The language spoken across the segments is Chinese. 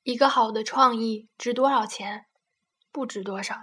一个好的创意值多少钱？不值多少。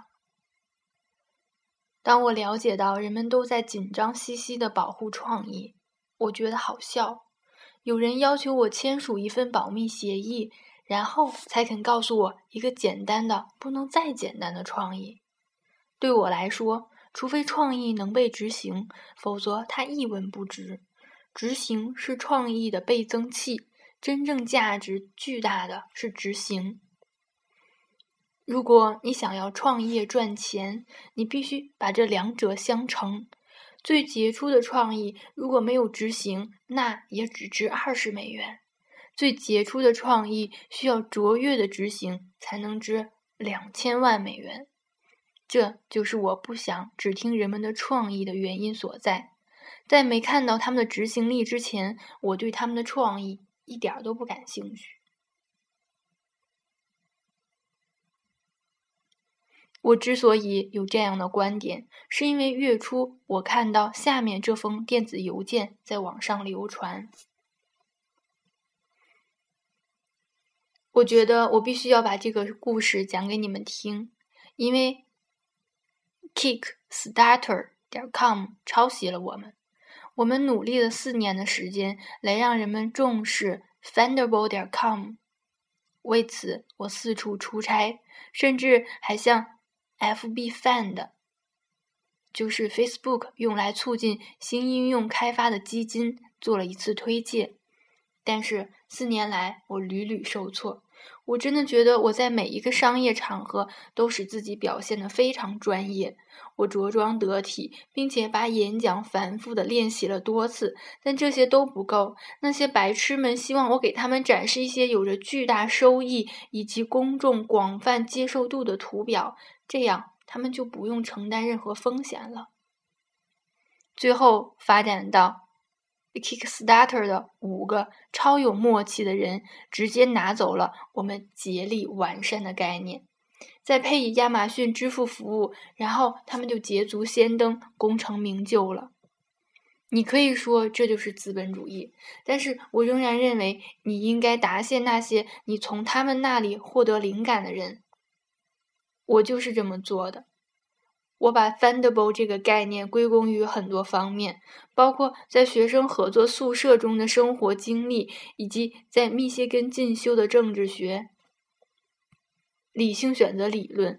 当我了解到人们都在紧张兮兮地保护创意，我觉得好笑。有人要求我签署一份保密协议，然后才肯告诉我一个简单的不能再简单的创意。对我来说，除非创意能被执行，否则它一文不值。执行是创意的倍增器，真正价值巨大的是执行。如果你想要创业赚钱，你必须把这两者相乘。最杰出的创意如果没有执行，那也只值$20。最杰出的创意需要卓越的执行才能值$2000万。这就是我不想只听人们的创意的原因所在。在没看到他们的执行力之前，我对他们的创意一点都不感兴趣。我之所以有这样的观点，是因为月初我看到下面这封电子邮件在网上流传。我觉得我必须要把这个故事讲给你们听，因为 Kickstarter.com 抄袭了我们。我们努力了4年的时间来让人们重视 Fundable.com。 为此我四处出差，甚至还向 FB Fund， 就是 Facebook 用来促进新应用开发的基金做了一次推介。但是4年来我屡屡受挫。我真的觉得我在每一个商业场合都使自己表现得非常专业，我着装得体，并且把演讲反复地练习了多次，但这些都不够。那些白痴们希望我给他们展示一些有着巨大收益以及公众广泛接受度的图表，这样他们就不用承担任何风险了。最后发展到Kickstarter 的5个超有默契的人直接拿走了我们竭力完善的概念，再配以亚马逊支付服务，然后他们就捷足先登，功成名就了。你可以说这就是资本主义，但是我仍然认为你应该答谢那些你从他们那里获得灵感的人。我就是这么做的。我把 Fundable 这个概念归功于很多方面，包括在学生合作宿舍中的生活经历，以及在密歇根进修的政治学、理性选择理论、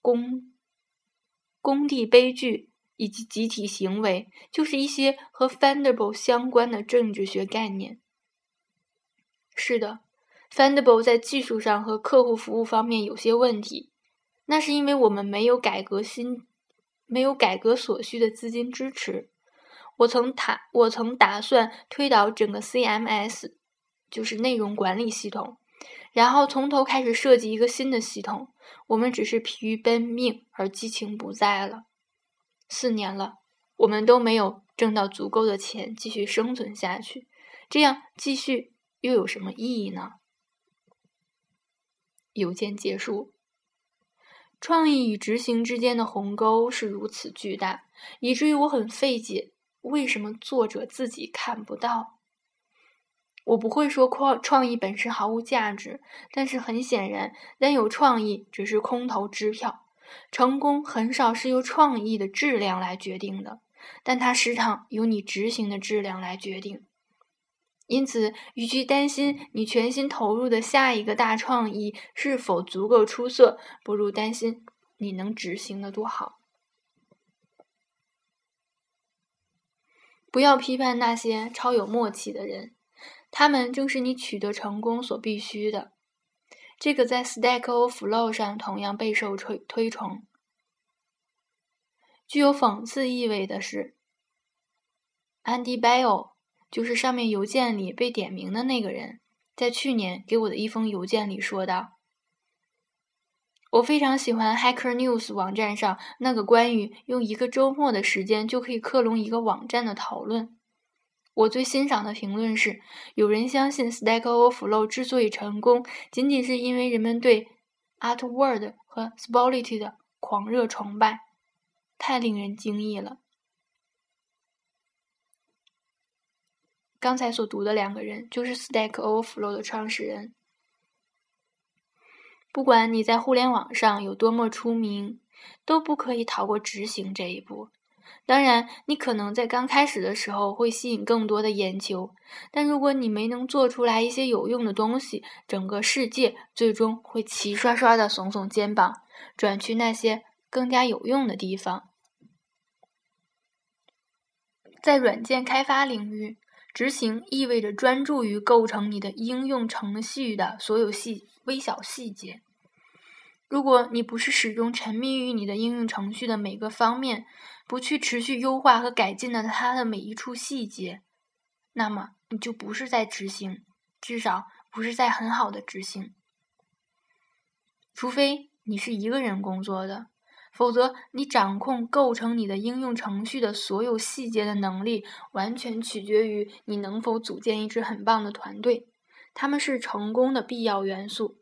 工地悲剧以及集体行为，就是一些和 Fundable 相关的政治学概念。是的， Fundable 在技术上和客户服务方面有些问题，那是因为我们没有改革所需的资金支持。我曾打算推倒整个 CMS， 就是内容管理系统，然后从头开始设计一个新的系统。我们只是疲于奔命而激情不在了。4年了，我们都没有挣到足够的钱继续生存下去，这样继续又有什么意义呢？邮件结束。创意与执行之间的鸿沟是如此巨大，以至于我很费解，为什么作者自己看不到？我不会说创意本身毫无价值，但是很显然，单有创意只是空头支票。成功很少是由创意的质量来决定的，但它时常由你执行的质量来决定。因此，与其担心你全心投入的下一个大创意是否足够出色，不如担心你能执行得多好。不要批判那些超有默契的人，他们正是你取得成功所必须的。这个在 Stack Overflow 上同样备受推崇。具有讽刺意味的是， Andy Bell，就是上面邮件里被点名的那个人，在去年给我的一封邮件里说道：我非常喜欢 Hacker News 网站上那个关于用1个周末的时间就可以克隆一个网站的讨论。我最欣赏的评论是，有人相信 Stack Overflow 之所以成功，仅仅是因为人们对 Artword 和 Spotlight 的狂热崇拜，太令人惊异了。刚才所读的2个人就是 Stack Overflow 的创始人。 不管你在互联网上有多么出名，都不可以逃过执行这一步。当然，你可能在刚开始的时候会吸引更多的眼球，但如果你没能做出来一些有用的东西，整个世界最终会齐刷刷地耸耸肩膀，转去那些更加有用的地方。在软件开发领域，执行意味着专注于构成你的应用程序的所有微小细节。如果你不是始终沉迷于你的应用程序的每个方面，不去持续优化和改进它的每一处细节，那么你就不是在执行，至少不是在很好的执行。除非你是一个人工作的，否则你掌控构成你的应用程序的所有细节的能力，完全取决于你能否组建一支很棒的团队，他们是成功的必要元素。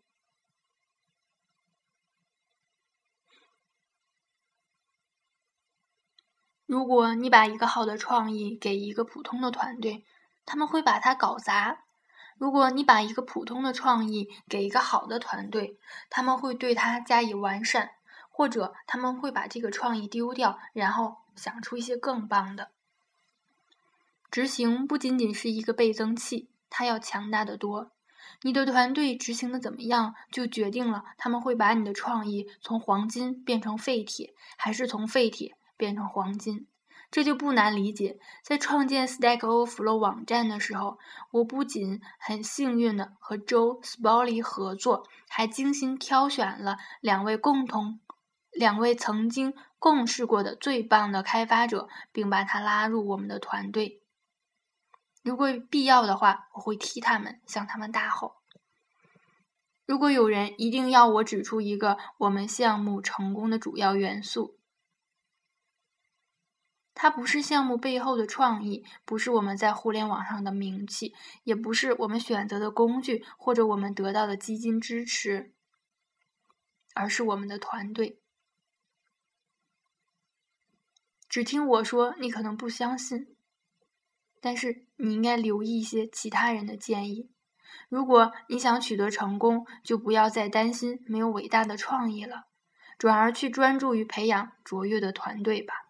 如果你把一个好的创意给一个普通的团队，他们会把它搞砸；如果你把一个普通的创意给一个好的团队，他们会对它加以完善，或者他们会把这个创意丢掉，然后想出一些更棒的。执行不仅仅是一个倍增器，它要强大得多。你的团队执行的怎么样，就决定了他们会把你的创意从黄金变成废铁，还是从废铁变成黄金。这就不难理解，在创建 Stack Overflow 网站的时候，我不仅很幸运的和 Joe Spolly 合作，还精心挑选了两位曾经共事过的最棒的开发者，并把他拉入我们的团队。如果必要的话，我会踢他们，向他们大吼。如果有人一定要我指出一个我们项目成功的主要元素，它不是项目背后的创意，不是我们在互联网上的名气，也不是我们选择的工具或者我们得到的基金支持，而是我们的团队。只听我说，你可能不相信，但是你应该留意一些其他人的建议。如果你想取得成功，就不要再担心没有伟大的创意了，转而去专注于培养卓越的团队吧。